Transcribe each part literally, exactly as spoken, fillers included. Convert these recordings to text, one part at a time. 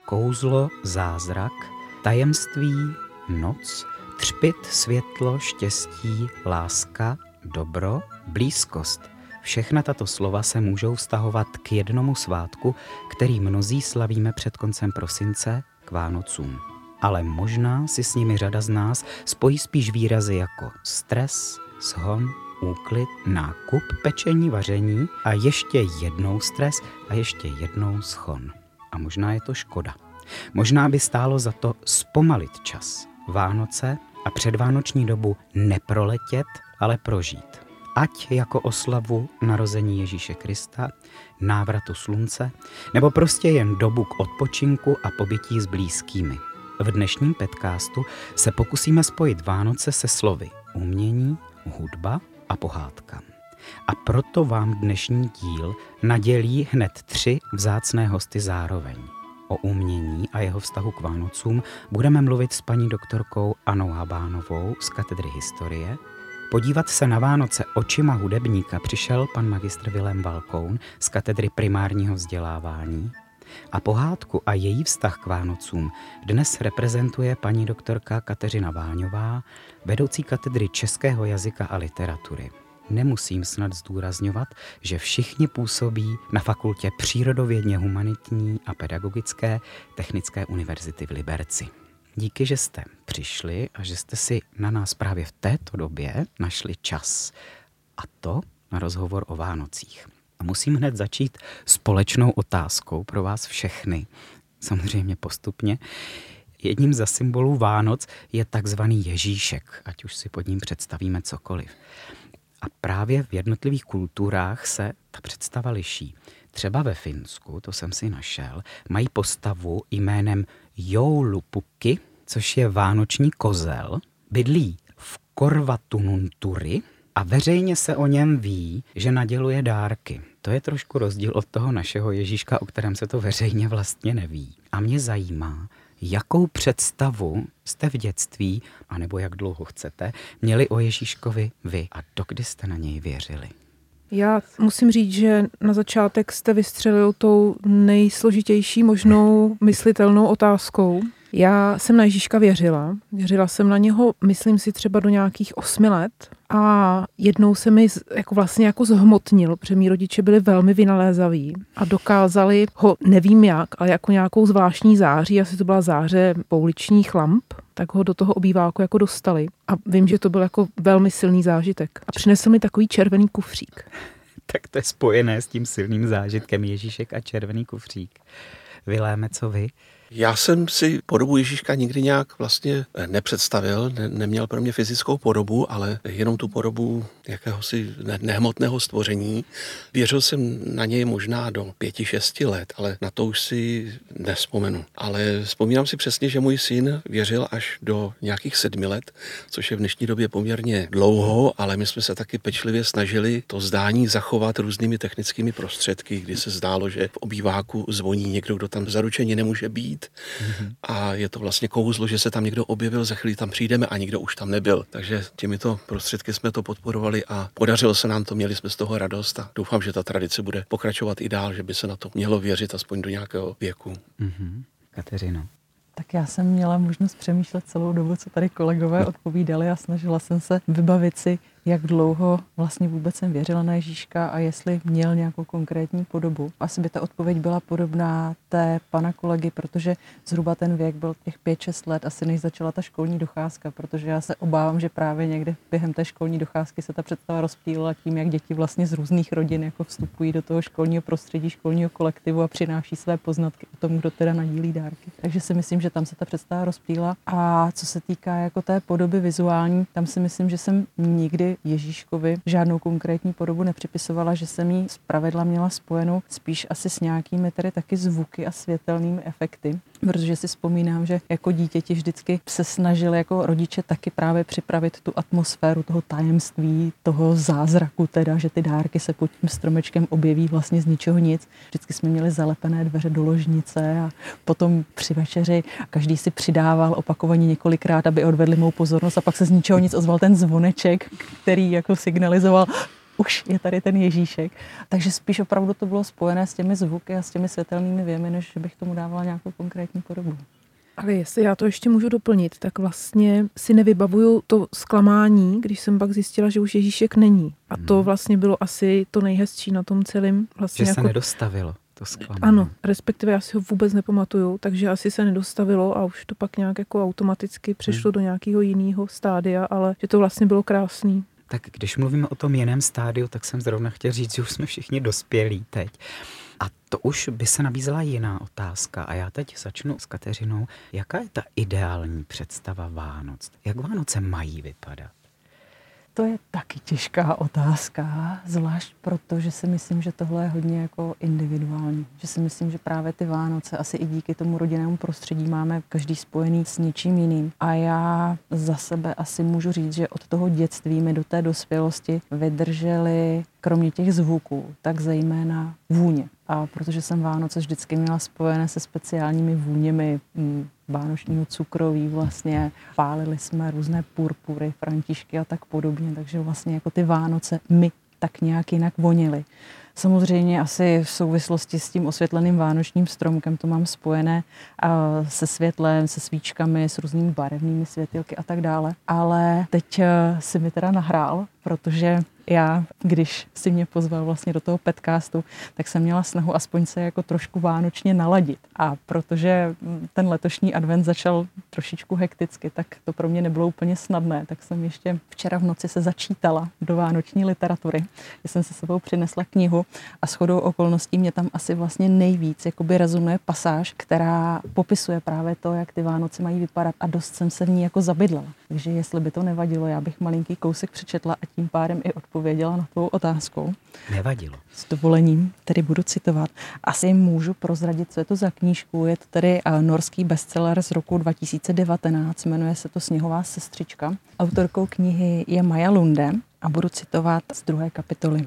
kouzlo, zázrak, tajemství, noc, třpyt, světlo, štěstí, láska, dobro, blízkost. Všechna tato slova se můžou vztahovat k jednomu svátku, který mnozí slavíme před koncem prosince, k Vánocům. Ale možná si s nimi řada z nás spojí spíš výrazy jako stres, shon, úklid, nákup, pečení, vaření a ještě jednou stres a ještě jednou shon. A možná je to škoda. Možná by stálo za to zpomalit čas. Vánoce a předvánoční dobu neproletět, ale prožít. Ať jako oslavu narození Ježíše Krista, návratu slunce, nebo prostě jen dobu k odpočinku a pobytí s blízkými. V dnešním podcastu se pokusíme spojit Vánoce se slovy umění, hudba a pohádka. A proto vám dnešní díl nadělí hned tři vzácné hosty zároveň. O umění a jeho vztahu k Vánocům budeme mluvit s paní doktorkou Annou Habánovou z katedry historie. Podívat se na Vánoce očima hudebníka přišel pan magistr Vilém Valkoun z katedry primárního vzdělávání. A pohádku a její vztah k Vánocům dnes reprezentuje paní doktorka Kateřina Váňová, vedoucí katedry českého jazyka a literatury. Nemusím snad zdůrazňovat, že všichni působí na fakultě přírodovědně humanitní a pedagogické Technické univerzity v Liberci. Díky, že jste přišli a že jste si na nás právě v této době našli čas. A to na rozhovor o Vánocích. A musím hned začít společnou otázkou pro vás všechny. Samozřejmě postupně. Jedním ze symbolů Vánoc je takzvaný Ježíšek, ať už si pod ním představíme cokoliv. A právě v jednotlivých kulturách se ta představa liší. Třeba ve Finsku, to jsem si našel, mají postavu jménem Joulupukki, což je vánoční kozel, bydlí v Korvatununturi a veřejně se o něm ví, že naděluje dárky. To je trošku rozdíl od toho našeho Ježíška, o kterém se to veřejně vlastně neví. A mě zajímá, jakou představu jste v dětství, anebo jak dlouho chcete, měli o Ježíškovi vy a dokdy jste na něj věřili? Já musím říct, že na začátek jste vystřelil tou nejsložitější možnou myslitelnou otázkou. Já jsem na Ježíška věřila. Věřila jsem na něho, myslím si, třeba do nějakých osmi let. A jednou se mi jako vlastně jako zhmotnil, protože mý rodiče byli velmi vynalézaví a dokázali ho, nevím jak, ale jako nějakou zvláštní září, asi to byla záře pouličních lamp, tak ho do toho obýváku jako dostali. A vím, že to byl jako velmi silný zážitek. A přinesl mi takový červený kufřík. Tak to je spojené s tím silným zážitkem Ježíšek a červený kufřík. Viléme, co vy? Já jsem si podobu Ježíška nikdy nějak vlastně nepředstavil, ne, neměl pro mě fyzickou podobu, ale jenom tu podobu jakéhosi ne, nehmotného stvoření. Věřil jsem na něj možná do pěti, šesti let, ale na to už si nevzpomenu. Ale vzpomínám si přesně, že můj syn věřil až do nějakých sedmi let, což je v dnešní době poměrně dlouho, ale my jsme se taky pečlivě snažili to zdání zachovat různými technickými prostředky, kdy se zdálo, že v obýváku zvoní někdo, kdo tam zaručeně nemůže být. Mm-hmm. A je to vlastně kouzlo, že se tam někdo objevil, za chvíli tam přijdeme a nikdo už tam nebyl. Takže těmito prostředky jsme to podporovali a podařilo se nám to, měli jsme z toho radost a doufám, že ta tradice bude pokračovat i dál, že by se na to mělo věřit aspoň do nějakého věku. Mm-hmm. Kateřino. Tak já jsem měla možnost přemýšlet celou dobu, co tady kolegové odpovídali a snažila jsem se vybavit si, jak dlouho vlastně vůbec jsem věřila na Ježíška a jestli měl nějakou konkrétní podobu. Asi by ta odpověď byla podobná té pana kolegy, protože zhruba ten věk byl těch pět šest let, asi než začala ta školní docházka, protože já se obávám, že právě někde během té školní docházky se ta představa rozptýlila tím, jak děti vlastně z různých rodin jako vstupují do toho školního prostředí, školního kolektivu a přináší své poznatky o tom, kdo teda nadílí dárky. Takže si myslím, že tam se ta představa rozptýlila. A co se týká jako té podoby vizuální, tam si myslím, že jsem nikdy Ježíškovi žádnou konkrétní podobu nepřipisovala, že jsem jí zpravidla měla spojenou spíš asi s nějakými tedy taky zvuky a světelnými efekty, protože si vzpomínám, že jako dítěti vždycky se snažili jako rodiče taky právě připravit tu atmosféru toho tajemství, toho zázraku teda, že ty dárky se pod tím stromečkem objeví vlastně z ničeho nic. Vždycky jsme měli zalepené dveře do ložnice a potom při večeři každý si přidával opakovaně několikrát, aby odvedli mou pozornost a pak se z ničeho nic ozval ten zvoneček, který jako signalizoval, už je tady ten Ježíšek. Takže spíš opravdu to bylo spojené s těmi zvuky a s těmi světelnými věmy, než bych tomu dávala nějakou konkrétní podobu. Ale jestli já to ještě můžu doplnit, tak vlastně si nevybavuju to zklamání, když jsem pak zjistila, že už Ježíšek není. A to vlastně bylo asi to nejhezčí na tom celém. Vlastně že jako... se nedostavilo to zklamání. Ano, respektive já si ho vůbec nepamatuju, takže asi se nedostavilo a už to pak nějak jako automaticky přešlo hmm. do nějakého jiného stádia, ale že to vlastně bylo krásný. Tak když mluvíme o tom jiném stádiu, tak jsem zrovna chtěl říct, že už jsme všichni dospělí teď. A to už by se nabízela jiná otázka. A já teď začnu s Kateřinou. Jaká je ta ideální představa Vánoc? Jak Vánoce mají vypadat? To je taky těžká otázka, zvlášť proto, že si myslím, že tohle je hodně jako individuální. Že si myslím, že právě ty Vánoce asi i díky tomu rodinnému prostředí máme každý spojený s něčím jiným. A já za sebe asi můžu říct, že od toho dětství mi do té dospělosti vydržely, kromě těch zvuků, tak zejména vůně. A protože jsem Vánoce vždycky měla spojené se speciálními vůněmi m, vánočního cukroví, vlastně pálili jsme různé purpury, františky a tak podobně, takže vlastně jako ty Vánoce mi tak nějak jinak vonily. Samozřejmě asi v souvislosti s tím osvětleným vánočním stromkem to mám spojené uh, se světlem, se svíčkami, s různými barevnými světýlky a tak dále. Ale teď uh, si mi teda nahrál, protože já, když si mě pozval vlastně do toho podcastu, tak jsem měla snahu aspoň se jako trošku vánočně naladit. A protože ten letošní advent začal trošičku hekticky, tak to pro mě nebylo úplně snadné. Tak jsem ještě včera v noci se začítala do vánoční literatury. Já jsem se sebou přinesla knihu a shodou okolností mě tam asi vlastně nejvíc jakoby rezonuje pasáž, která popisuje právě to, jak ty Vánoce mají vypadat a dost jsem se v ní jako zabydlela. Takže jestli by to nevadilo, já bych malinký kousek přečetla a tím pádem i odpověděla na tvou otázku. Nevadilo. S dovolením tedy budu citovat. Asi můžu prozradit, co je to za knížku. Je to tedy norský bestseller z roku dva tisíce devatenáct, jmenuje se to Sněhová sestřička. Autorkou knihy je Maja Lunde a budu citovat z druhé kapitoly.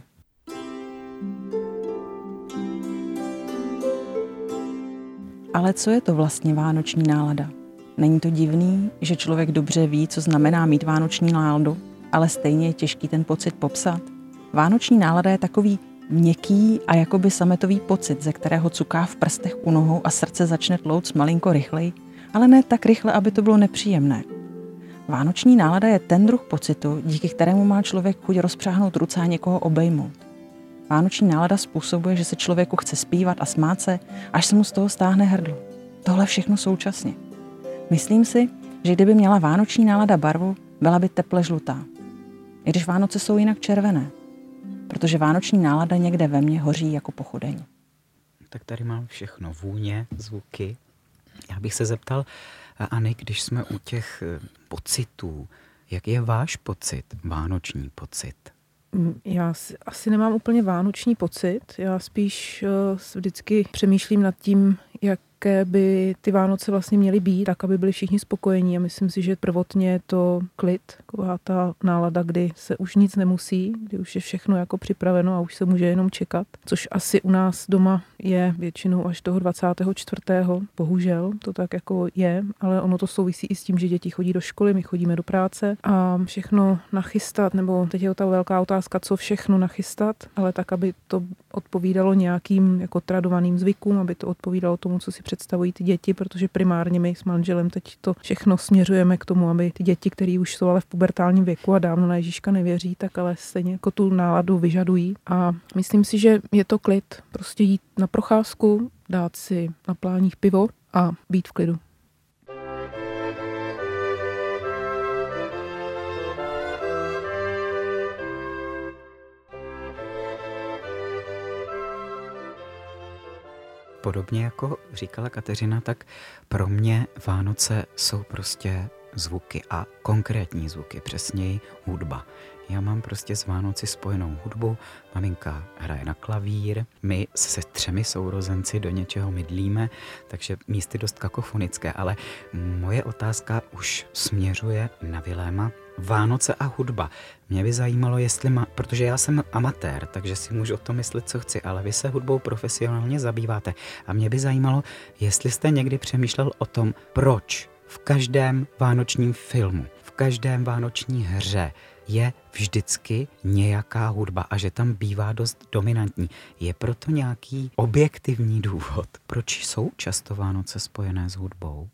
Ale co je to vlastně vánoční nálada? Není to divný, že člověk dobře ví, co znamená mít vánoční náladu, ale stejně je těžký ten pocit popsat? Vánoční nálada je takový měkký a jakoby sametový pocit, ze kterého cuká v prstech u nohou a srdce začne tlouct malinko rychleji, ale ne tak rychle, aby to bylo nepříjemné. Vánoční nálada je ten druh pocitu, díky kterému má člověk chuť rozpřáhnout ruce a někoho obejmout. Vánoční nálada způsobuje, že se člověku chce zpívat a smát se, až se mu z toho stáhne hrdlo. Tohle všechno současně. Myslím si, že kdyby měla vánoční nálada barvu, byla by teple žlutá. I když Vánoce jsou jinak červené, protože vánoční nálada někde ve mně hoří jako pochodeň. Tak tady mám všechno. Vůně, zvuky. Já bych se zeptal, Ani, když jsme u těch pocitů, jak je váš pocit, vánoční pocit? Já asi nemám úplně vánoční pocit. Já spíš vždycky přemýšlím nad tím, jak jaké by ty Vánoce vlastně měly být, tak aby byli všichni spokojení. A myslím si, že prvotně je to klid, taková ta nálada, kdy se už nic nemusí, kdy už je všechno jako připraveno a už se může jenom čekat. Což asi u nás doma je většinou až toho dvacátého čtvrtého Bohužel to tak jako je, ale ono to souvisí i s tím, že děti chodí do školy, my chodíme do práce a všechno nachystat, nebo teď je ta velká otázka, co všechno nachystat, ale tak, aby to odpovídalo nějakým jako tradovaným zvykům, aby to odpovídalo tomu, co si představují ty děti, protože primárně my s manželem teď to všechno směřujeme k tomu, aby ty děti, které už jsou ale v pubertálním věku a dávno na Ježíška nevěří, tak ale stejně jako tu náladu vyžadují. A myslím si, že je to klid. Prostě jít na procházku, dát si na pláních pivo a být v klidu. Podobně jako říkala Kateřina, tak pro mě Vánoce jsou prostě zvuky a konkrétní zvuky, přesněji hudba. Já mám prostě s Vánoci spojenou hudbu, maminka hraje na klavír, my se třemi sourozenci do něčeho mydlíme, takže místy dost kakofonické, ale moje otázka už směřuje na Viléma. Vánoce a hudba. Mě by zajímalo, jestli má, protože já jsem amatér, takže si můžu o tom myslet, co chci, ale vy se hudbou profesionálně zabýváte. A mě by zajímalo, jestli jste někdy přemýšlel o tom, proč v každém vánočním filmu, v každém vánoční hře je vždycky nějaká hudba a že tam bývá dost dominantní. Je proto nějaký objektivní důvod, proč jsou často Vánoce spojené s hudbou?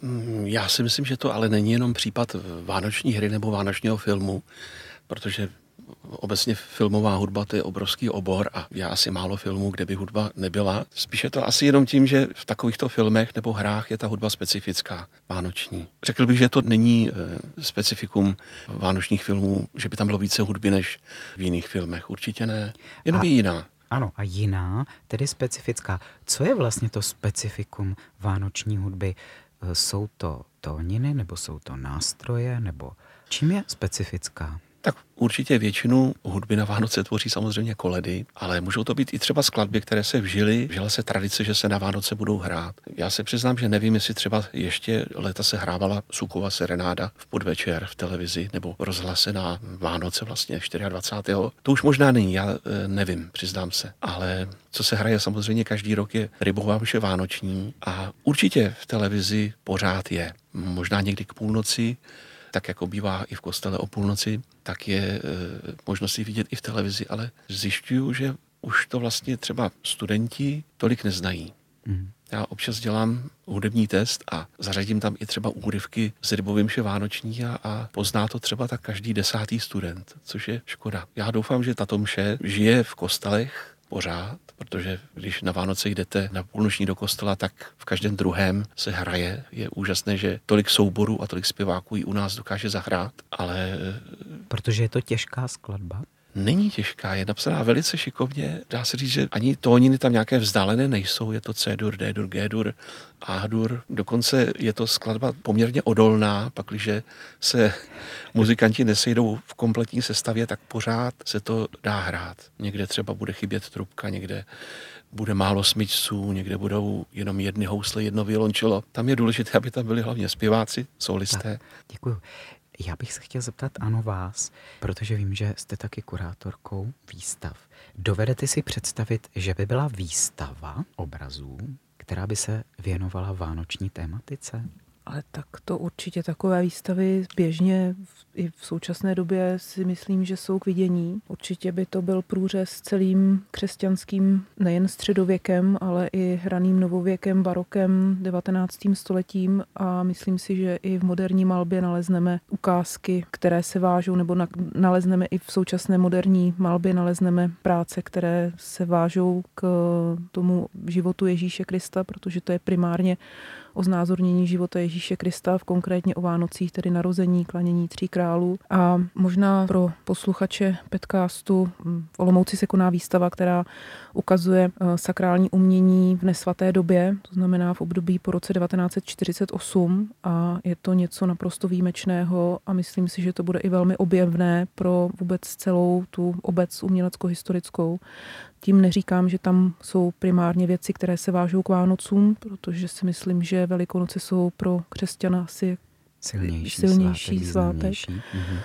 Já si myslím, že to ale není jenom případ vánoční hry nebo vánočního filmu, protože obecně filmová hudba to je obrovský obor a já asi málo filmů, kde by hudba nebyla. Spíše to asi jenom tím, že v takovýchto filmech nebo hrách je ta hudba specifická, vánoční. Řekl bych, že to není e, specifikum vánočních filmů, že by tam bylo více hudby než v jiných filmech. Určitě ne, jenom a, je jiná. Ano, a jiná, tedy specifická. Co je vlastně to specifikum vánoční hudby? Jsou to tóniny, nebo jsou to nástroje, nebo čím je specifická? Tak určitě většinu hudby na Vánoce tvoří samozřejmě koledy, ale můžou to být i třeba skladby, které se vžily. Vžila se tradice, že se na Vánoce budou hrát. Já se přiznám, že nevím, jestli třeba ještě léta se hrávala Sukova serenáda v podvečer v televizi nebo rozhlase na Vánoce vlastně dvacátého čtvrtého To už možná není, já nevím, přiznám se. Ale co se hraje samozřejmě každý rok je Rybová mše vánoční a určitě v televizi pořád je. Možná někdy k půlnoci, tak jako bývá i v kostele o půlnoci, tak je e, možnost si vidět i v televizi, ale zjišťuju, že už to vlastně třeba studenti tolik neznají. Mm. Já občas dělám hudební test a zařadím tam i třeba úryvky z Rybovy mše vánoční a, a pozná to třeba tak každý desátý student, což je škoda. Já doufám, že tato mše žije v kostelech pořád, protože když na Vánoce jdete na půlnoční do kostela, tak v každém druhém se hraje. Je úžasné, že tolik souborů a tolik zpěváků i u nás dokáže zahrát, ale... Protože je to těžká skladba? Není těžká, je napsaná velice šikovně. Dá se říct, že ani tóniny tam nějaké vzdálené nejsou. Je to C-dur, D-dur, G-dur, A-dur. Dokonce je to skladba poměrně odolná, pakliže se muzikanti nesejdou v kompletní sestavě, tak pořád se to dá hrát. Někde třeba bude chybět trubka, někde bude málo smyčců, někde budou jenom jedny housle, jedno violončelo. Tam je důležité, aby tam byli hlavně zpěváci, solisté. Tak, děkuju. Já bych se chtěl zeptat, ano, vás, protože vím, že jste taky kurátorkou výstav. Dovedete si představit, že by byla výstava obrazů, která by se věnovala vánoční tématice? Ale tak to určitě takové výstavy běžně i v současné době si myslím, že jsou k vidění. Určitě by to byl průřez celým křesťanským nejen středověkem, ale i raným novověkem, barokem, devatenáctým stoletím a myslím si, že i v moderní malbě nalezneme ukázky, které se vážou, nebo nalezneme i v současné moderní malbě nalezneme práce, které se vážou k tomu životu Ježíše Krista, protože to je primárně o znázornění života Ježíše Krista, v konkrétně o Vánocích, tedy narození, klanění tří králů. A možná pro posluchače podcastu v Olomouci se koná výstava, která ukazuje sakrální umění v nesvaté době, to znamená v období po roce devatenáct set čtyřicet osm a je to něco naprosto výjimečného a myslím si, že to bude i velmi objevné pro vůbec celou tu obec umělecko-historickou. Tím neříkám, že tam jsou primárně věci, které se vážou k Vánocům, protože si myslím, že Velikonoce jsou pro křesťana asi silnější, silnější svátek. svátek.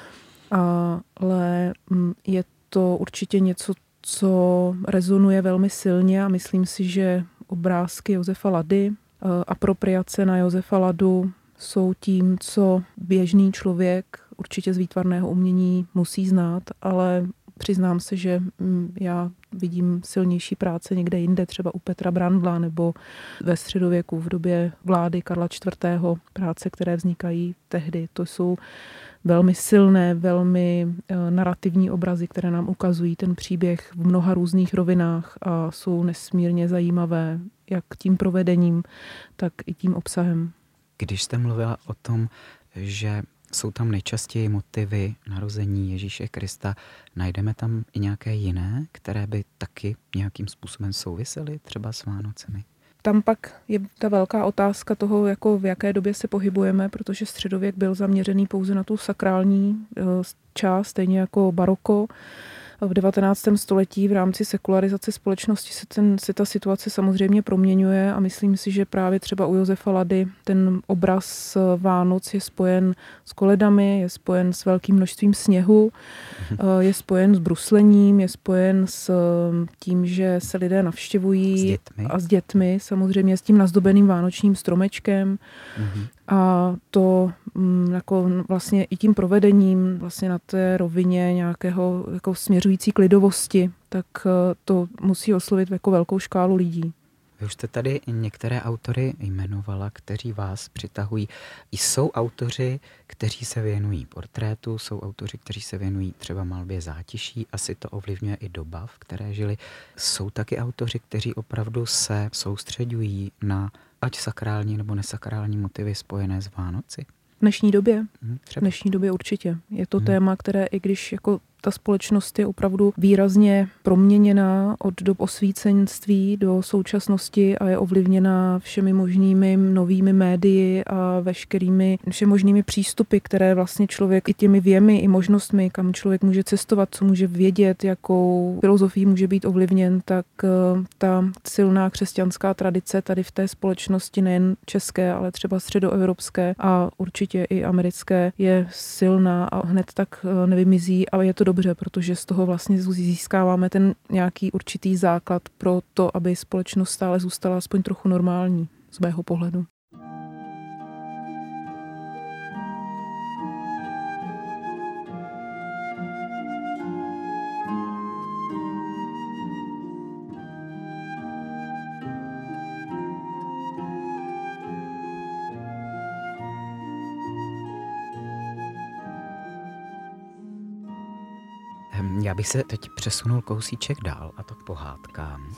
Ale je to určitě něco, co rezonuje velmi silně a myslím si, že obrázky Josefa Lady, apropriace na Josefa Ladu jsou tím, co běžný člověk určitě z výtvarného umění musí znát, ale přiznám se, že já vidím silnější práce někde jinde, třeba u Petra Brandla nebo ve středověku v době vlády Karla čtvrtého. Práce, které vznikají tehdy. To jsou velmi silné, velmi narrativní obrazy, které nám ukazují ten příběh v mnoha různých rovinách a jsou nesmírně zajímavé, jak tím provedením, tak i tím obsahem. Když jste mluvila o tom, že jsou tam nejčastěji motivy narození Ježíše Krista, najdeme tam i nějaké jiné, které by taky nějakým způsobem souvisely třeba s Vánocemi? Tam pak je ta velká otázka toho, jako v jaké době se pohybujeme, protože středověk byl zaměřený pouze na tu sakrální část, stejně jako baroko. V devatenáctém století v rámci sekularizace společnosti se, ten, se ta situace samozřejmě proměňuje a myslím si, že právě třeba u Josefa Lady ten obraz Vánoc je spojen s koledami, je spojen s velkým množstvím sněhu, je spojen s bruslením, je spojen s tím, že se lidé navštěvují s dětmi. a s dětmi, samozřejmě s tím nazdobeným vánočním stromečkem. Mm-hmm. A to jako vlastně i tím provedením vlastně na té rovině nějakého jako směřující k lidovosti, tak to musí oslovit jako velkou škálu lidí. Vy už jste tady některé autory jmenovala, kteří vás přitahují. Jsou autoři, kteří se věnují portrétu, jsou autoři, kteří se věnují třeba malbě zátiší, asi to ovlivňuje i doba, v které žili. Jsou taky autoři, kteří opravdu se soustředují na ať sakrální nebo nesakrální motivy spojené s Vánoci? V dnešní době? Hmm, v dnešní době určitě. Je to hmm. téma, které i když jako ta společnost je opravdu výrazně proměněná od dob osvícenství do současnosti a je ovlivněná všemi možnými novými médii a veškerými všemožnými přístupy, které vlastně člověk i těmi věmi, i možnostmi, kam člověk může cestovat, co může vědět, jakou filozofií může být ovlivněn, tak ta silná křesťanská tradice tady v té společnosti nejen české, ale třeba středoevropské a určitě i americké je silná a hned tak nevymizí a je to dobře, protože z toho vlastně získáváme ten nějaký určitý základ pro to, aby společnost stále zůstala aspoň trochu normální z mého pohledu. Já bych se teď přesunul kousíček dál, a to k pohádkám,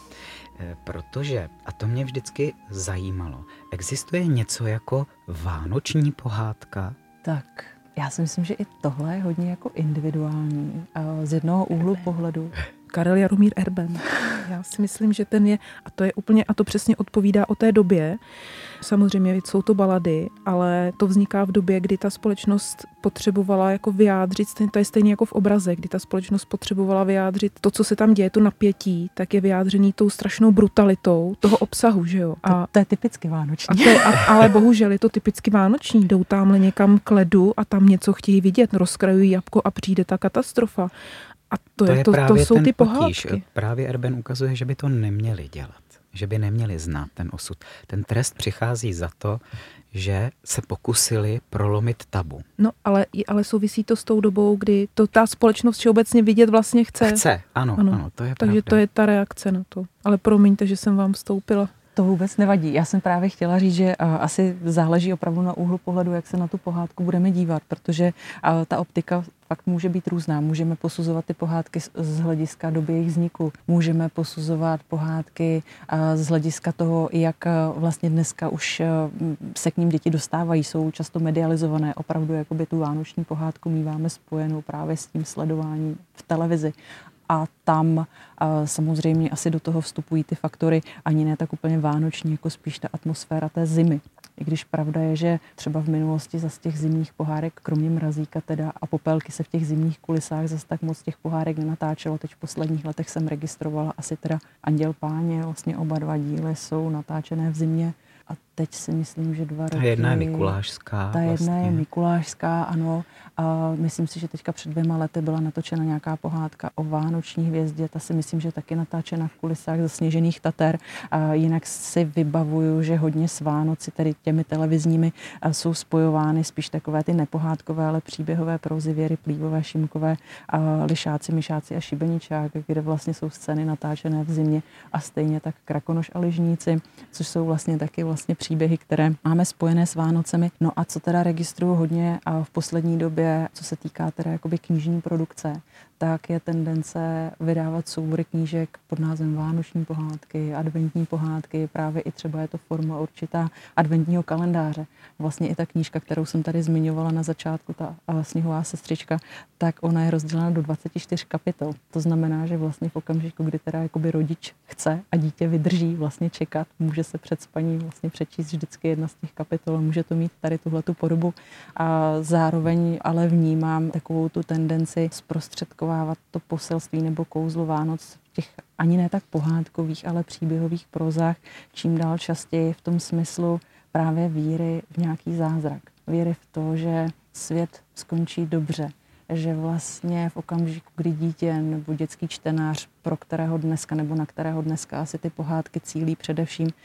protože, a to mě vždycky zajímalo, existuje něco jako vánoční pohádka? Tak, já si myslím, že i tohle je hodně jako individuální, z jednoho úhlu pohledu. Karel Jaromír Erben. Já si myslím, že ten je, a to je úplně, a to přesně odpovídá o té době. Samozřejmě jsou to balady, ale to vzniká v době, kdy ta společnost potřebovala jako vyjádřit, to je stejně jako v obraze, kdy ta společnost potřebovala vyjádřit to, co se tam děje, to napětí, tak je vyjádřený tou strašnou brutalitou toho obsahu, že jo. A to, to je typicky vánoční. A to je, a, ale bohužel je to typicky vánoční. Jdou tamhle někam k ledu a tam něco chtějí vidět, rozkrajují jabko a přijde ta katastrofa. A to, to, je, je to, to jsou ty potíž. pohádky. Právě Erben ukazuje, že by to neměli dělat. Že by neměli znát ten osud. Ten trest přichází za to, že se pokusili prolomit tabu. No, ale, ale souvisí to s tou dobou, kdy to ta společnost všeobecně vidět vlastně chce. Chce, ano, ano, ano to je Takže pravda. to je ta reakce na to. Ale promiňte, že jsem vám vstoupila. To vůbec nevadí. Já jsem právě chtěla říct, že uh, asi záleží opravdu na úhlu pohledu, jak se na tu pohádku budeme dívat, protože uh, ta optika fakt může být různá. Můžeme posuzovat ty pohádky z, z hlediska doby jejich vzniku. Můžeme posuzovat pohádky uh, z hlediska toho, jak uh, vlastně dneska už uh, se k ním děti dostávají. Jsou často medializované. Opravdu jakoby tu vánoční pohádku míváme spojenou právě s tím sledováním v televizi. A tam a samozřejmě asi do toho vstupují ty faktory ani ne tak úplně vánoční, jako spíš ta atmosféra té zimy. I když pravda je, že třeba v minulosti zas těch zimních pohárek, kromě Mrazíka teda a Popelky, se v těch zimních kulisách zas tak moc těch pohárek nenatáčelo. Teď v posledních letech jsem registrovala asi teda Anděl Páně, vlastně oba dva díly jsou natáčené v zimě. A teď si myslím, že dva roky... Ta jedna je mikulášská. Ta jedna vlastně. je mikulášská, ano. A myslím si, že teďka před dvěma lety byla natočena nějaká pohádka o vánoční hvězdě. Ta si myslím, že taky natáčena v kulisách zasněžených Tater. A jinak si vybavuju, že hodně s Vánoci, tedy těmi televizními, jsou spojovány spíš takové ty nepohádkové, ale příběhové prózy Věry Plívové, Šimkové, a Lišáci, Myšáci a Šibeničák, kde vlastně jsou scény natáčené v zimě, a stejně tak Krakonoš a Ližníci, což jsou vlastně taky vlastně příběhy, které máme spojené s Vánocemi. No a co teda registruju hodně a v poslední době, co se týká teda jakoby knižní produkce, tak je tendence vydávat soubory knížek pod názvem vánoční pohádky, adventní pohádky, právě i třeba je to forma určitá adventního kalendáře. Vlastně i ta knížka, kterou jsem tady zmiňovala na začátku, ta Sněhová sestřička, tak ona je rozdělena do dvacet čtyři kapitol. To znamená, že vlastně v okamžiku, kdy teda jakoby rodič chce a dítě vydrží vlastně čekat, může se před spaním vlastně přečíst vždycky jedna z těch kapitol, může to mít tady tuhletu podobu. A zároveň ale vnímám takovou tu tendenci zprostředkovávat to poselství nebo kouzlo Vánoc v těch ani ne tak pohádkových, ale příběhových prózách čím dál častěji v tom smyslu právě víry v nějaký zázrak. Víry v to, že svět skončí dobře, že vlastně v okamžiku, kdy dítě nebo dětský čtenář, pro kterého dneska nebo na kterého dneska asi ty pohádky cílí především,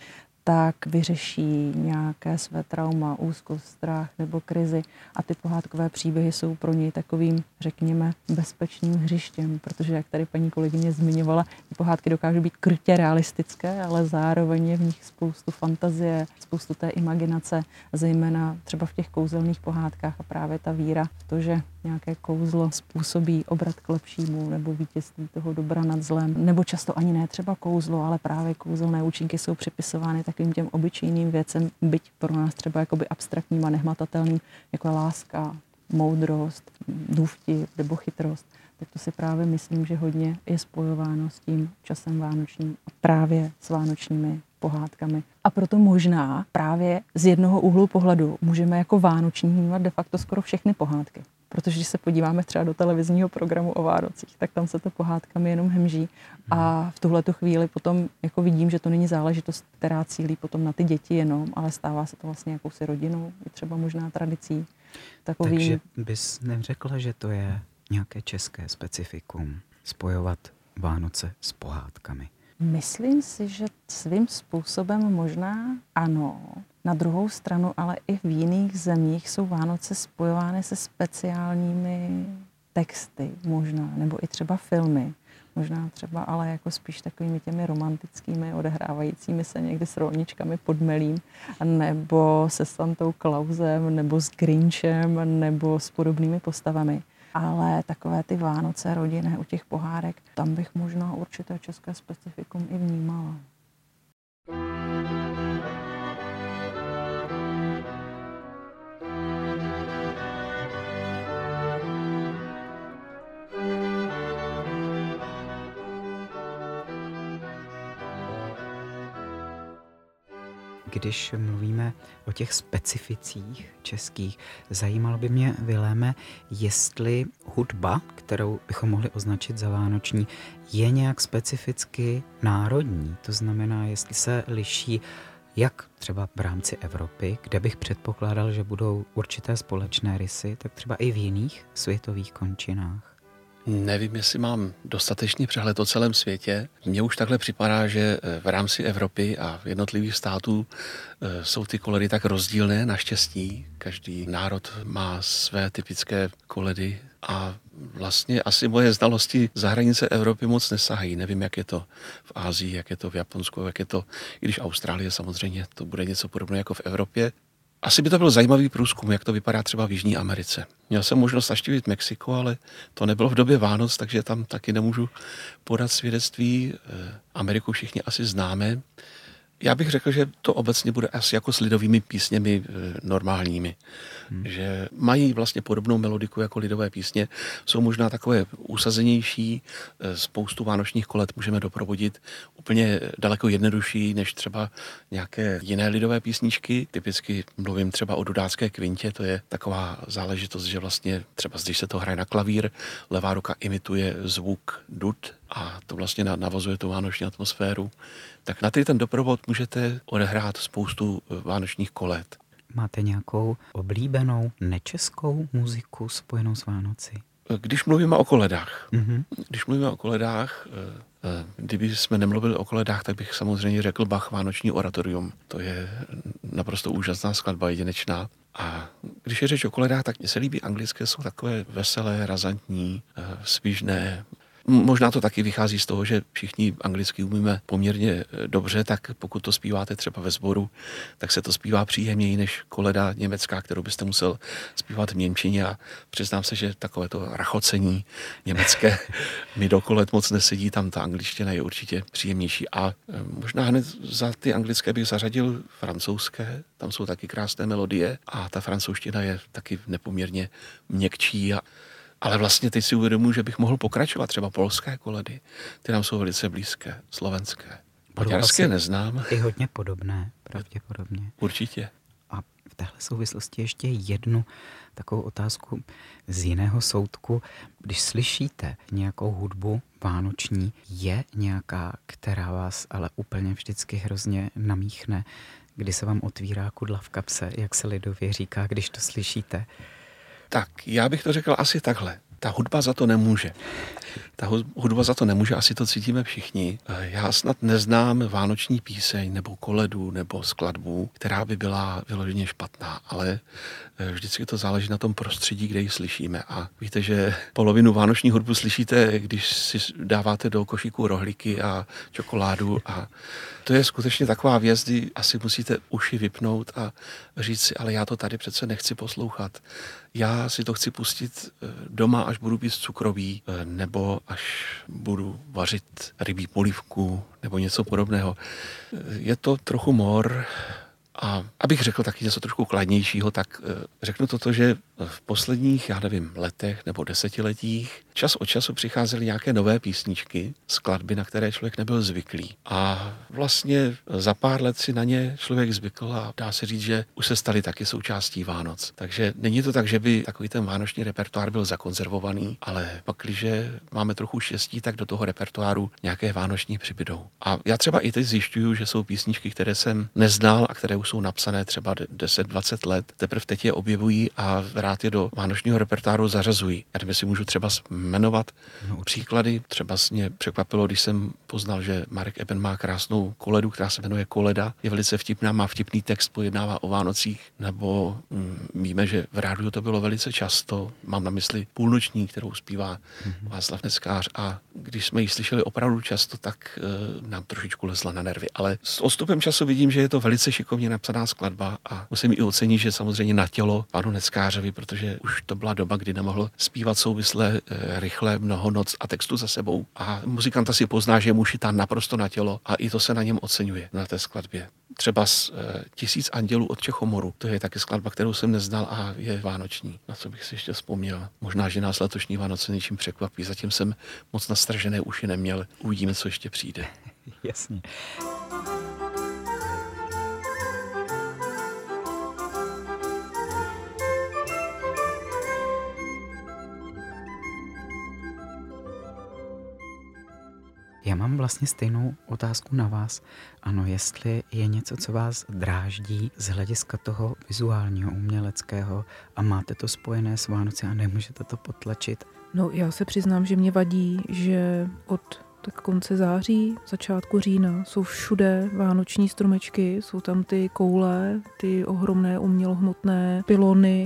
tak vyřeší nějaké své trauma, úzkost, strach nebo krizi a ty pohádkové příběhy jsou pro něj takovým, řekněme, bezpečným hřištěm, protože jak tady paní kolegyně zmiňovala, ty pohádky dokážou být krutě realistické, ale zároveň je v nich spoustu fantazie, spoustu té imaginace, zejména třeba v těch kouzelných pohádkách a právě ta víra v to, že nějaké kouzlo způsobí obrat k lepšímu nebo vítězství toho dobra nad zlem, nebo často ani ne třeba kouzlo, ale právě kouzelné účinky jsou připisovány takovým těm obyčejným věcem, byť pro nás třeba jakoby abstraktním a nehmatatelným, jako je láska, moudrost, důvtip nebo chytrost. Tak to si právě myslím, že hodně je spojováno s tím časem vánočním a právě s vánočními pohádkami. A proto možná právě z jednoho úhlu pohledu můžeme jako vánoční vnímat de facto skoro všechny pohádky. Protože když se podíváme třeba do televizního programu o Vánocích, tak tam se to pohádkami jenom hemží. A v tuhletu chvíli potom jako vidím, že to není záležitost, která cílí potom na ty děti jenom, ale stává se to vlastně jakousi rodinou, i třeba možná tradicí. Takový... Takže bys neřekla, že to je nějaké české specifikum, spojovat Vánoce s pohádkami? Myslím si, že svým způsobem možná ano. Na druhou stranu, ale i v jiných zemích jsou Vánoce spojovány se speciálními texty možná, nebo i třeba filmy. Možná třeba ale jako spíš takovými těmi romantickými, odehrávajícími se někdy s rolničkami pod Melím, nebo se Santou Clausem, nebo s Grinchem, nebo s podobnými postavami. Ale takové ty Vánoce rodinné u těch pohádek, tam bych možná určité české specifikum i vnímala. Když mluvíme o těch specificích českých, zajímalo by mě, Viléme, jestli hudba, kterou bychom mohli označit za vánoční, je nějak specificky národní. To znamená, jestli se liší jak třeba v rámci Evropy, kde bych předpokládal, že budou určité společné rysy, tak třeba i v jiných světových končinách. Nevím, jestli mám dostatečný přehled o celém světě. Mně už takhle připadá, že v rámci Evropy a jednotlivých států jsou ty koledy tak rozdílné, naštěstí. Každý národ má své typické koledy a vlastně asi moje znalosti za hranice Evropy moc nesahají. Nevím, jak je to v Asii, jak je to v Japonsku, jak je to, i když Austrálie samozřejmě, to bude něco podobného jako v Evropě. Asi by to byl zajímavý průzkum, jak to vypadá třeba v Jižní Americe. Měl jsem možnost navštívit Mexiko, ale to nebylo v době Vánoc, takže tam taky nemůžu podat svědectví. Ameriku všichni asi známe. Já bych řekl, že to obecně bude asi jako s lidovými písněmi normálními. Hmm. Že mají vlastně podobnou melodiku jako lidové písně. Jsou možná takové usazenější. Spoustu vánočních koled můžeme doprovodit úplně daleko jednodušší než třeba nějaké jiné lidové písničky. Typicky mluvím třeba o dudácké kvintě. To je taková záležitost, že vlastně třeba když se to hraje na klavír, levá ruka imituje zvuk dud a to vlastně navazuje tu vánoční atmosféru. Tak na ty ten doprovod můžete odehrát spoustu vánočních koled. Máte nějakou oblíbenou nečeskou muziku spojenou s Vánoci? Když mluvíme o koledách, Mm-hmm. když mluvíme o koledách, kdyby jsme nemluvili o koledách, tak bych samozřejmě řekl Bach Vánoční oratorium. To je naprosto úžasná skladba, jedinečná. A když je řeč o koledách, tak mně se líbí anglické, jsou takové veselé, razantní, svížné. Možná to taky vychází z toho, že všichni anglicky umíme poměrně dobře, tak pokud to zpíváte třeba ve sboru, tak se to zpívá příjemněji než koleda německá, kterou byste musel zpívat v němčině a přiznám se, že takové to rachocení německé mi do koled moc nesedí, tam ta angličtina je určitě příjemnější a možná hned za ty anglické bych zařadil francouzské, tam jsou taky krásné melodie a ta francouzština je taky nepoměrně měkčí a ale vlastně teď si uvědomuji, že bych mohl pokračovat třeba polské koledy. Ty nám jsou velice blízké, slovenské. Maďarské neznám. I hodně podobné, pravděpodobně. Určitě. A v téhle souvislosti ještě jednu takovou otázku z jiného soudku. Když slyšíte nějakou hudbu vánoční, je nějaká, která vás ale úplně vždycky hrozně namíchne, kdy se vám otvírá kudla v kapse, jak se lidově říká, když to slyšíte? Tak, já bych to řekl asi takhle. ta hudba za to nemůže. Ta hudba za to nemůže, asi to cítíme všichni. Já snad neznám vánoční píseň nebo koledu nebo skladbu, která by byla vyloženě špatná, ale vždycky to záleží na tom prostředí, kde ji slyšíme. A víte, že polovinu vánoční hudbu slyšíte, když si dáváte do košíku rohlíky a čokoládu, a to je skutečně taková věc, kdy asi musíte uši vypnout a říct si, ale já to tady přece nechci poslouchat. Já si to chci pustit doma, až budu pít cukroví, nebo až budu vařit rybí polívku, nebo něco podobného. Je to trochu mor. A abych řekl taky něco trošku kladnějšího, tak řeknu toto, že v posledních, já nevím, letech nebo desetiletích čas od času přicházely nějaké nové písničky, skladby, na které člověk nebyl zvyklý. A vlastně za pár let si na ně člověk zvykl a dá se říct, že už se staly taky součástí Vánoc. Takže není to tak, že by takový ten vánoční repertoár byl zakonzervovaný, ale pakliže máme trochu štěstí, tak do toho repertoáru nějaké vánoční přibydou. A já třeba i teď zjišťuju, že jsou písničky, které jsem neznal a které už jsou napsané třeba deset dvacet let, teprve teď je objevují a rád je do vánočního repertoáru zařazují. Já nevím, si můžu třeba jmenovat no, příklady. Třeba mě překvapilo, když jsem poznal, že Marek Eben má krásnou koledu, která se jmenuje Koleda. Je velice vtipná, má vtipný text, pojednává o Vánocích, nebo hm, víme, že v rádiu to bylo velice často. Mám na mysli Půlnoční, kterou zpívá mm-hmm. Václav Neckář, a když jsme ji slyšeli opravdu často, tak e, nám trošičku lezla na nervy. Ale s odstupem času vidím, že je to velice šikovně napsaná skladba a musím i ocenit, že samozřejmě na tělo panu Neckářovi, protože už to byla doba, kdy nemohl zpívat souvisle, e, rychle, mnoho noc a textu za sebou. A muzikanta si pozná, že je mu šitá naprosto na tělo, a i to se na něm oceňuje, na té skladbě. Třeba z e, Tisíc andělů od Čechomoru. To je taky skladba, kterou jsem neznal a je vánoční. Na co bych si ještě vzpomněl. Možná, že nás letošní Vánoce něčím překvapí. Zatím jsem moc nastražené uši neměl. Uvidíme, co ještě přijde. Jasně. Já mám vlastně stejnou otázku na vás. Ano, jestli je něco, co vás dráždí z hlediska toho vizuálního, uměleckého a máte to spojené s Vánoci a nemůžete to potlačit. No, já se přiznám, že mě vadí, že od tak konce září, začátku října jsou všude vánoční stromečky, jsou tam ty koule, ty ohromné umělohmotné pylony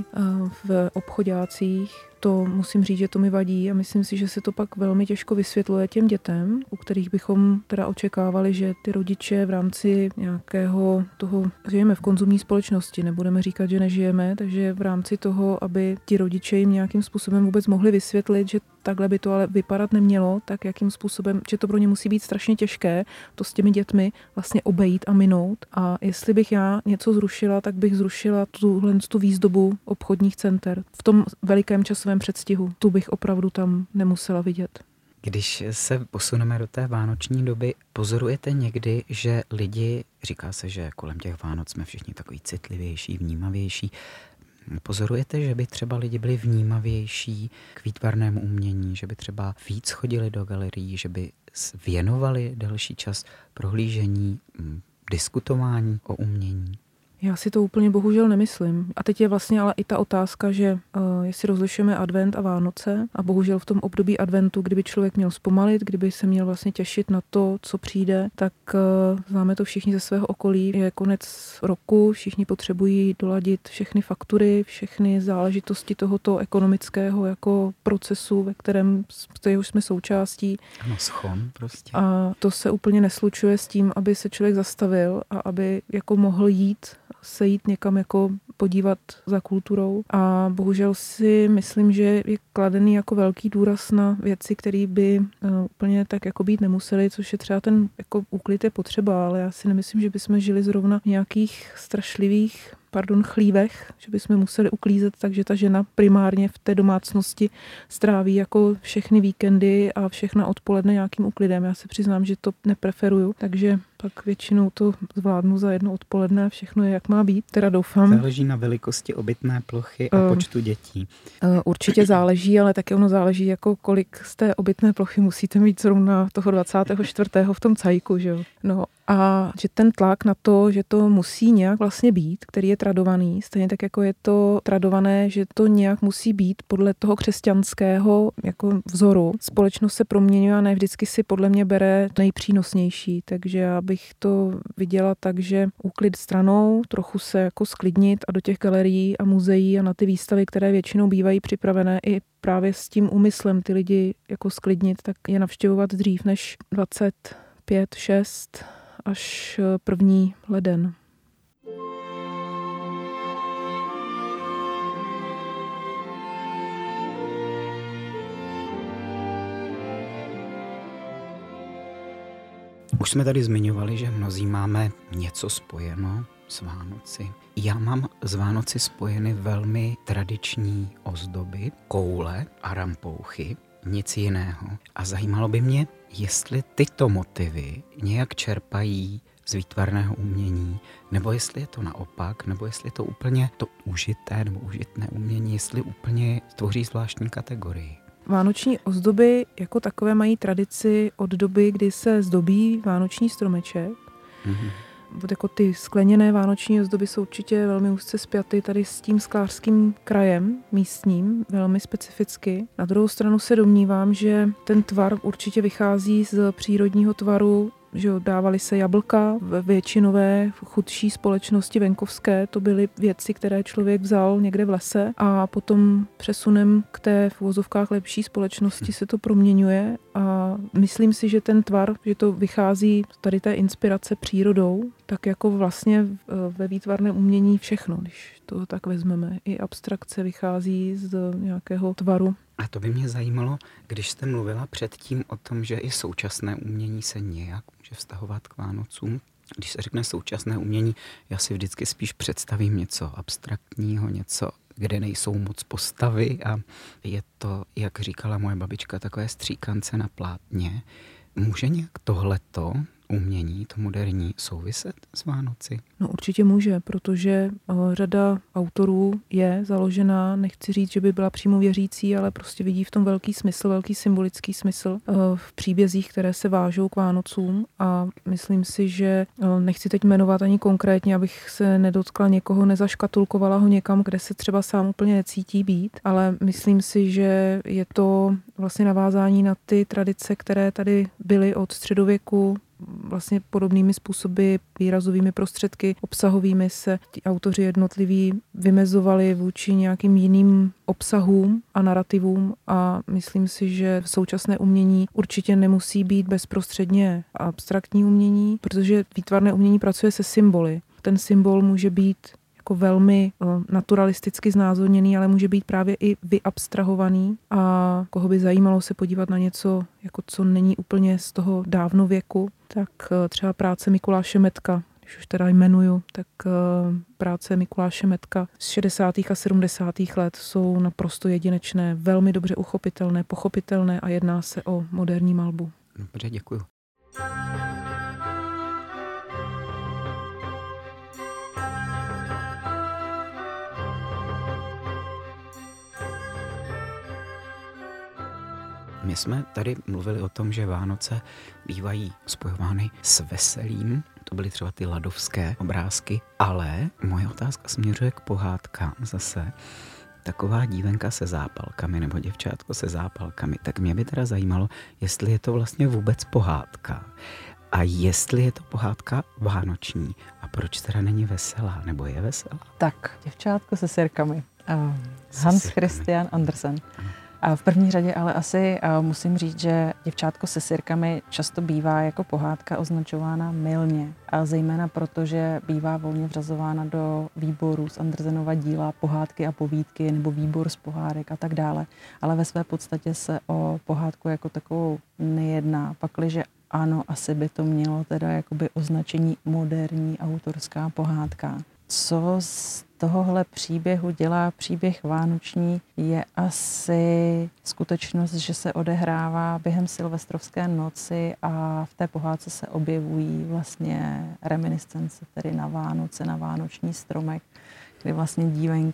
v obchodácích. To musím říct, že to mi vadí a myslím si, že se to pak velmi těžko vysvětluje těm dětem, u kterých bychom teda očekávali, že ty rodiče v rámci nějakého toho, žijeme v konzumní společnosti, nebudeme říkat, že nežijeme, takže v rámci toho, aby ti rodiče jim nějakým způsobem vůbec mohli vysvětlit, že takhle by to ale vypadat nemělo, tak jakým způsobem, že to pro ně musí být strašně těžké, to s těmi dětmi vlastně obejít a minout. A jestli bych já něco zrušila, tak bych zrušila tuhle tu výzdobu obchodních center v tom velikém časovém předstihu. Tu bych opravdu tam nemusela vidět. Když se posuneme do té vánoční doby, pozorujete někdy, že lidi, říká se, že kolem těch Vánoc jsme všichni takový citlivější, vnímavější, pozorujete, že by třeba lidi byli vnímavější k výtvarnému umění, že by třeba víc chodili do galerií, že by věnovali delší čas prohlížení, diskutování o umění? Já si to úplně bohužel nemyslím. A teď je vlastně ale i ta otázka, že uh, jestli rozlišujeme advent a Vánoce a bohužel v tom období adventu, kdyby člověk měl zpomalit, kdyby se měl vlastně těšit na to, co přijde, tak uh, známe to všichni ze svého okolí. Je konec roku, všichni potřebují doladit všechny faktury, všechny záležitosti tohoto ekonomického jako procesu, ve kterém už jsme součástí. Ano, schon prostě. A to se úplně neslučuje s tím, aby se člověk zastavil a aby jako mohl jít se jít někam jako podívat za kulturou. A bohužel si myslím, že je kladený jako velký důraz na věci, které by uh, úplně tak jako být nemusely, což je třeba ten jako úklid je potřeba, ale já si nemyslím, že bychom žili zrovna v nějakých strašlivých pardon, chlívech, že bychom museli uklízet, takže ta žena primárně v té domácnosti stráví jako všechny víkendy a všechna odpoledne nějakým uklidem. Já se přiznám, že to nepreferuju, takže pak většinou to zvládnu za jedno odpoledne a všechno je, jak má být. Teda doufám. Záleží na velikosti obytné plochy a uh, počtu dětí. Uh, určitě záleží, ale také ono záleží, jako kolik z té obytné plochy musíte mít zrovna toho dvacátého čtvrtého v tom cajku, že jo. No A že ten tlak na to, že to musí nějak vlastně být, který je tradovaný, stejně tak jako je to tradované, že to nějak musí být podle toho křesťanského jako vzoru. Společnost se proměňuje a ne vždycky si podle mě bere nejpřínosnější, takže já bych to viděla tak, že úklid stranou, trochu se jako sklidnit a do těch galerií a muzeí a na ty výstavy, které většinou bývají připravené i právě s tím úmyslem ty lidi jako sklidnit, tak je navštěvovat dřív než dvacet pět šest až první leden. Už jsme tady zmiňovali, že mnozí máme něco spojeno s Vánoci. Já mám s Vánoci spojeny velmi tradiční ozdoby, koule a rampouchy, nic jiného. A zajímalo by mě, jestli tyto motivy nějak čerpají z výtvarného umění, nebo jestli je to naopak, nebo jestli je to úplně to užité nebo užitné umění, jestli úplně tvoří zvláštní kategorii. Vánoční ozdoby jako takové mají tradici od doby, kdy se zdobí vánoční stromeček. Mm-hmm. Jako ty skleněné vánoční ozdoby jsou určitě velmi úzce spjaty tady s tím sklářským krajem místním, velmi specificky. Na druhou stranu se domnívám, že ten tvar určitě vychází z přírodního tvaru, že dávali se jablka v většinové chudší společnosti venkovské, to byly věci, které člověk vzal někde v lese a potom přesunem k té v uvozovkách lepší společnosti se to proměňuje a myslím si, že ten tvar, že to vychází tady té inspirace přírodou, tak jako vlastně ve výtvarném umění všechno, když to tak vezmeme. I abstrakce vychází z nějakého tvaru. A to by mě zajímalo, když jste mluvila předtím o tom, že i současné umění se nějak může vztahovat k Vánocům. Když se řekne současné umění, já si vždycky spíš představím něco abstraktního, něco, kde nejsou moc postavy a je to, jak říkala moje babička, takové stříkance na plátně. Může nějak tohleto umění, to moderní, souviset s Vánoci? No určitě může, protože uh, řada autorů je založená, nechci říct, že by byla přímo věřící, ale prostě vidí v tom velký smysl, velký symbolický smysl uh, v příbězích, které se vážou k Vánocům a myslím si, že uh, nechci teď jmenovat ani konkrétně, abych se nedotkla někoho, nezaškatulkovala ho někam, kde se třeba sám úplně necítí být, ale myslím si, že je to vlastně navázání na ty tradice, které tady byly od středověku, vlastně podobnými způsoby, výrazovými prostředky, obsahovými se ti autoři jednotliví vymezovali vůči nějakým jiným obsahům a narrativům a myslím si, že současné umění určitě nemusí být bezprostředně abstraktní umění, protože výtvarné umění pracuje se symboly. Ten symbol může být jako velmi naturalisticky znázorněný, ale může být právě i vyabstrahovaný a koho by zajímalo se podívat na něco, jako co není úplně z toho dávnověku, tak třeba práce Mikuláše Metka, když už teda jmenuju, tak práce Mikuláše Metka z šedesátých a sedmdesátých let jsou naprosto jedinečné, velmi dobře uchopitelné, pochopitelné a jedná se o moderní malbu. Dobře, děkuju. My jsme tady mluvili o tom, že Vánoce bývají spojovány s veselím, to byly třeba ty ladovské obrázky, ale moje otázka směřuje k pohádkám zase. Taková dívenka se zápalkami nebo děvčátko se zápalkami, tak mě by teda zajímalo, jestli je to vlastně vůbec pohádka a jestli je to pohádka vánoční a proč teda není veselá nebo je veselá. Tak, děvčátko se sirkami. Uh, Hans sirkami. Christian Andersen. Ano. A v první řadě ale asi musím říct, že děvčátko se sirkami často bývá jako pohádka označována mylně. A zejména proto, že bývá volně vřazována do výboru z Andersenova díla Pohádky a povídky nebo Výbor z pohádek a tak dále. Ale ve své podstatě se o pohádku jako takovou nejedná. Pakliže ano, asi by to mělo teda jakoby označení moderní autorská pohádka. Co z tohohle příběhu dělá příběh vánoční, je asi skutečnost, že se odehrává během silvestrovské noci a v té pohádce se objevují vlastně reminiscence tedy na Vánoce, na vánoční stromek, kdy vlastně dívenka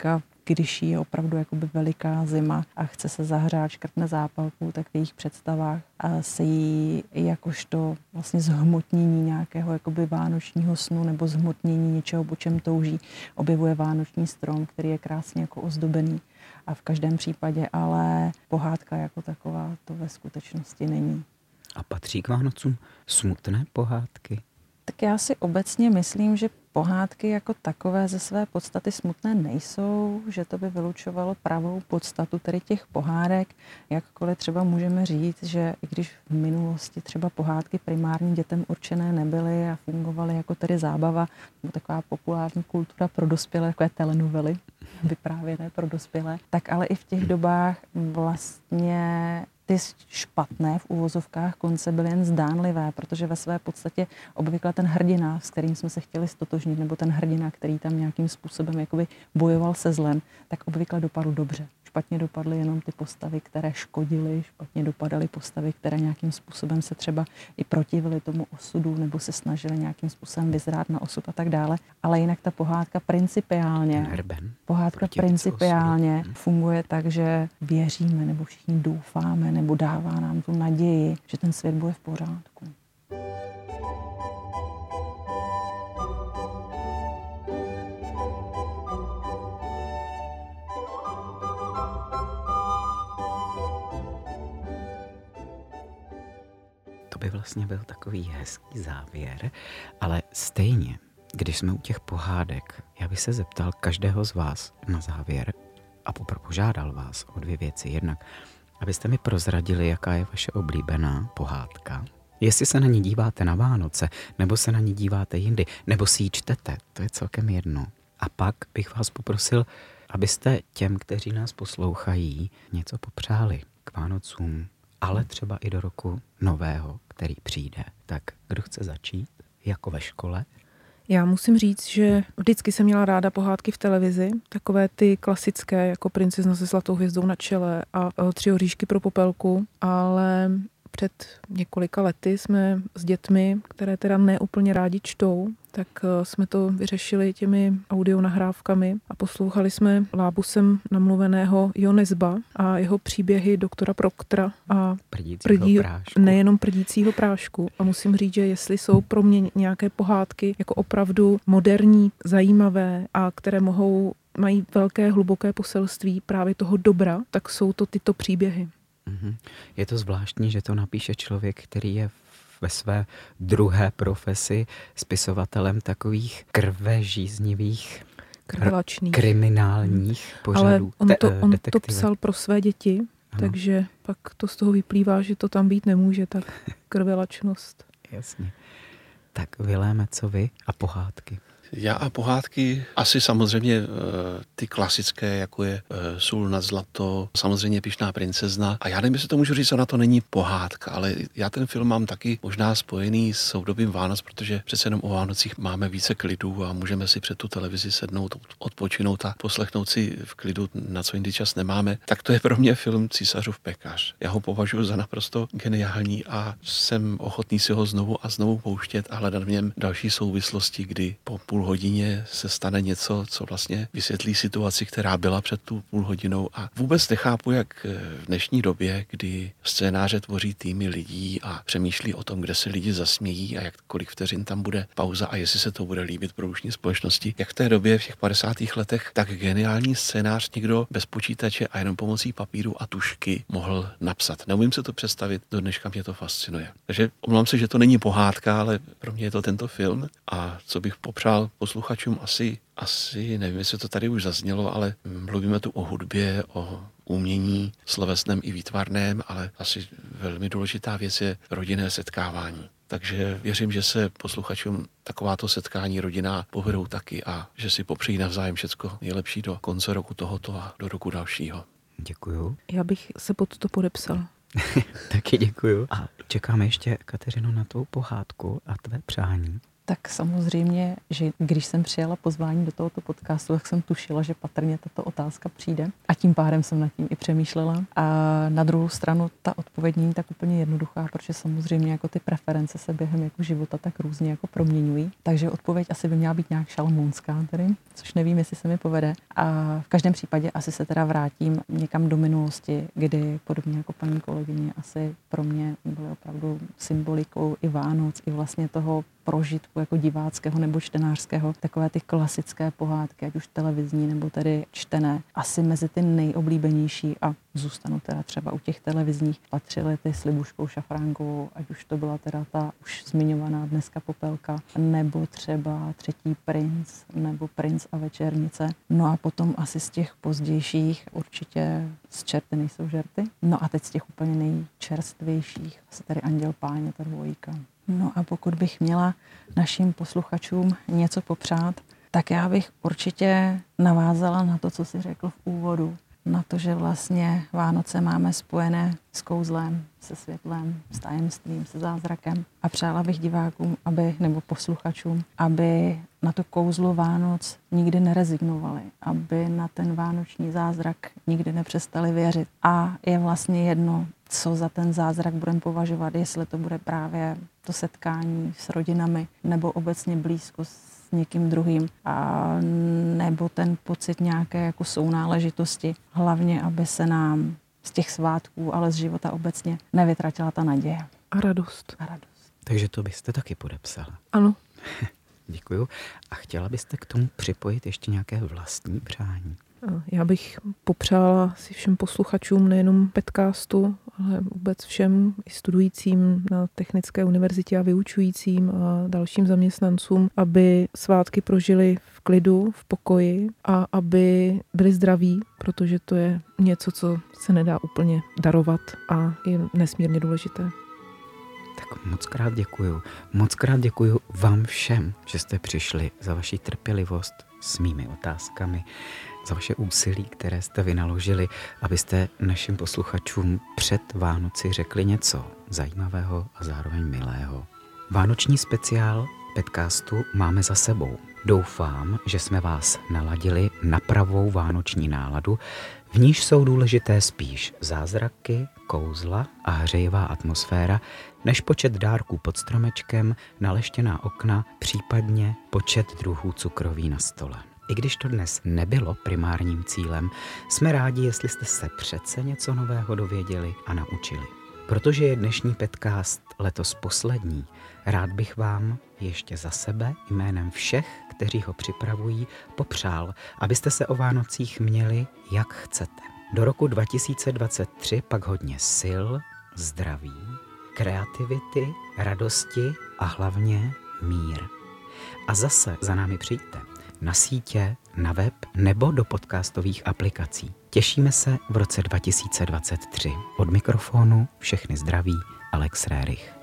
když je opravdu jakoby veliká zima a chce se zahřát, škrtne zápalku, tak v jejich představách se jí jakožto vlastně zhmotnění nějakého jakoby vánočního snu nebo zhmotnění něčeho, po čem touží, objevuje vánoční strom, který je krásně jako ozdobený. A v každém případě ale pohádka jako taková to ve skutečnosti není. A patří k Vánocům smutné pohádky? Tak já si obecně myslím, že pohádky jako takové ze své podstaty smutné nejsou, že to by vylučovalo pravou podstatu tedy těch pohádek. Jakkoliv třeba můžeme říct, že i když v minulosti třeba pohádky primárně dětem určené nebyly a fungovaly jako tedy zábava, nebo taková populární kultura pro dospělé, takové telenovely, vyprávěné pro dospělé, tak ale i v těch dobách vlastně ty špatné v uvozovkách konce byly jen zdánlivé, protože ve své podstatě obvykle ten hrdina, s kterým jsme se chtěli stotožnit, nebo ten hrdina, který tam nějakým způsobem jakoby bojoval se zlem, tak obvykle dopadl dobře. Špatně dopadly jenom ty postavy, které škodily, špatně dopadaly postavy, které nějakým způsobem se třeba i protivily tomu osudu, nebo se snažily nějakým způsobem vyzrát na osud a tak dále. Ale jinak ta pohádka principiálně, pohádka principiálně funguje tak, že věříme, nebo všichni doufáme, nebo dává nám tu naději, že ten svět bude v pořádku. To by vlastně byl takový hezký závěr, ale stejně, když jsme u těch pohádek, já bych se zeptal každého z vás na závěr a požádal vás o dvě věci. Jednak, abyste mi prozradili, jaká je vaše oblíbená pohádka. Jestli se na ní díváte na Vánoce, nebo se na ní díváte jindy, nebo si ji čtete, to je celkem jedno. A pak bych vás poprosil, abyste těm, kteří nás poslouchají, něco popřáli k Vánocům, ale třeba i do roku nového, který přijde. Tak kdo chce začít? Jako ve škole? Já musím říct, že vždycky jsem měla ráda pohádky v televizi, takové ty klasické, jako Princezna se zlatou hvězdou na čele a Tři oříšky pro Popelku, ale před několika lety jsme s dětmi, které teda neúplně rádi čtou, tak jsme to vyřešili těmi audionahrávkami a poslouchali jsme Lábusem namluveného Jonesba a jeho příběhy doktora Proktora a prdícího prdí, prášku. nejenom prdícího prášku. A musím říct, že jestli jsou pro mě nějaké pohádky jako opravdu moderní, zajímavé a které mohou, mají velké, hluboké poselství právě toho dobra, tak jsou to tyto příběhy. Je to zvláštní, že to napíše člověk, který je ve své druhé profesi spisovatelem takových krvežíznivých, krvelačných, kriminálních pořadů. Ale on, to, te, on to psal pro své děti, ano. Takže pak to z toho vyplývá, že to tam být nemůže, tak krvelačnost. Jasně. Tak Viléme, co vy a pohádky? Já a pohádky, asi samozřejmě ty klasické, jako je Sůl nad zlato, samozřejmě Pyšná princezna. A já nevím, jestli to můžu říct, ona to není pohádka, ale já ten film mám taky možná spojený s obdobím Vánoc, protože přece jenom o Vánocích máme více klidu a můžeme si před tu televizi sednout, odpočinout a poslechnout si v klidu, na co jindy čas nemáme. Tak to je pro mě film Císařův pekař. Já ho považuji za naprosto geniální a jsem ochotný si ho znovu a znovu pouštět a hledat v něm další souvislosti, kdy po půl hodině se stane něco, co vlastně vysvětlí situaci, která byla před tu půl hodinou a vůbec nechápu, jak v dnešní době, kdy scénáře tvoří týmy lidí a přemýšlí o tom, kde se lidi zasmějí a jak kolik vteřin tam bude pauza a jestli se to bude líbit produkční společnosti, jak v té době v těch padesátých letech tak geniální scénář někdo bez počítače a jenom pomocí papíru a tušky mohl napsat. Neumím se to představit, do dneška mě to fascinuje. Takže omlouvám se, že to není pohádka, ale pro mě je to tento film a co bych popřál posluchačům asi, asi, nevím, jestli to tady už zaznělo, ale mluvíme tu o hudbě, o umění slovesném i výtvarném, ale asi velmi důležitá věc je rodinné setkávání. Takže věřím, že se posluchačům takováto setkání rodinná povedou taky a že si popřejí navzájem všecko nejlepší do konce roku tohoto a do roku dalšího. Děkuju. Já bych se pod to podepsala. Taky děkuju. A čekáme ještě, Kateřino, na tvou pohádku a tvé přání. Tak samozřejmě, že když jsem přijala pozvání do tohoto podcastu, tak jsem tušila, že patrně tato otázka přijde a tím pádem jsem nad tím i přemýšlela. A na druhou stranu ta odpověď není tak úplně jednoduchá, protože samozřejmě jako ty preference se během jako života tak různě jako proměňují. Takže odpověď asi by měla být nějak šalmounská tedy, což nevím, jestli se mi povede. A v každém případě asi se teda vrátím někam do minulosti, kdy podobně jako paní kolegyně asi pro mě byly opravdu symbolikou i Vánoc, i vlastně toho prožitku jako diváckého nebo čtenářského, takové ty klasické pohádky, ať už televizní nebo tedy čtené. Asi mezi ty nejoblíbenější a zůstanu teda třeba u těch televizních patřily ty s Libuškou Šafránkovou, ať už to byla teda ta už zmiňovaná dneska Popelka, nebo třeba Třetí princ, nebo Princ a večernice. No a potom asi z těch pozdějších určitě z Čerty nejsou žerty. No a teď z těch úplně nejčerstvějších asi tady Anděl Páně, ta dvojka. No a pokud bych měla našim posluchačům něco popřát, tak já bych určitě navázala na to, co jsi řekl v úvodu. Na to, že vlastně Vánoce máme spojené s kouzlem, se světlem, s tajemstvím, se zázrakem. A přála bych divákům, aby, nebo posluchačům, aby na to kouzlo Vánoc nikdy nerezignovali, aby na ten vánoční zázrak nikdy nepřestali věřit. A je vlastně jedno, co za ten zázrak budeme považovat, jestli to bude právě to setkání s rodinami, nebo obecně blízko s někým druhým, a nebo ten pocit nějaké jako sounáležitosti. Hlavně, aby se nám z těch svátků, ale z života obecně nevytratila ta naděje. A radost. A radost. Takže to byste taky podepsala. Ano. Děkuju. A chtěla byste k tomu připojit ještě nějaké vlastní přání? Já bych popřála si všem posluchačům, nejenom podcastu, ale vůbec všem i studujícím na Technické univerzitě a vyučujícím a dalším zaměstnancům, aby svátky prožili v klidu, v pokoji a aby byli zdraví, protože to je něco, co se nedá úplně darovat a je nesmírně důležité. Tak moc krát děkuju. Moc krát děkuju vám všem, že jste přišli, za vaši trpělivost s mými otázkami, za vaše úsilí, které jste vynaložili, abyste našim posluchačům před Vánoci řekli něco zajímavého a zároveň milého. Vánoční speciál podcastu máme za sebou. Doufám, že jsme vás naladili na pravou vánoční náladu, v níž jsou důležité spíš zázraky, kouzla a hřejivá atmosféra, než počet dárků pod stromečkem, naleštěná okna, případně počet druhů cukroví na stole. I když to dnes nebylo primárním cílem, jsme rádi, jestli jste se přece něco nového dověděli a naučili. Protože je dnešní podcast letos poslední, rád bych vám ještě za sebe jménem všech, kteří ho připravují, popřál, abyste se o Vánocích měli, jak chcete. Do roku dva tisíce dvacet tři pak hodně sil, zdraví, kreativity, radosti a hlavně mír. A zase za námi přijďte na sítě, na web nebo do podcastových aplikací. Těšíme se v roce dva tisíce dvacet tři. Od mikrofonu všechny zdraví Alex Rérich.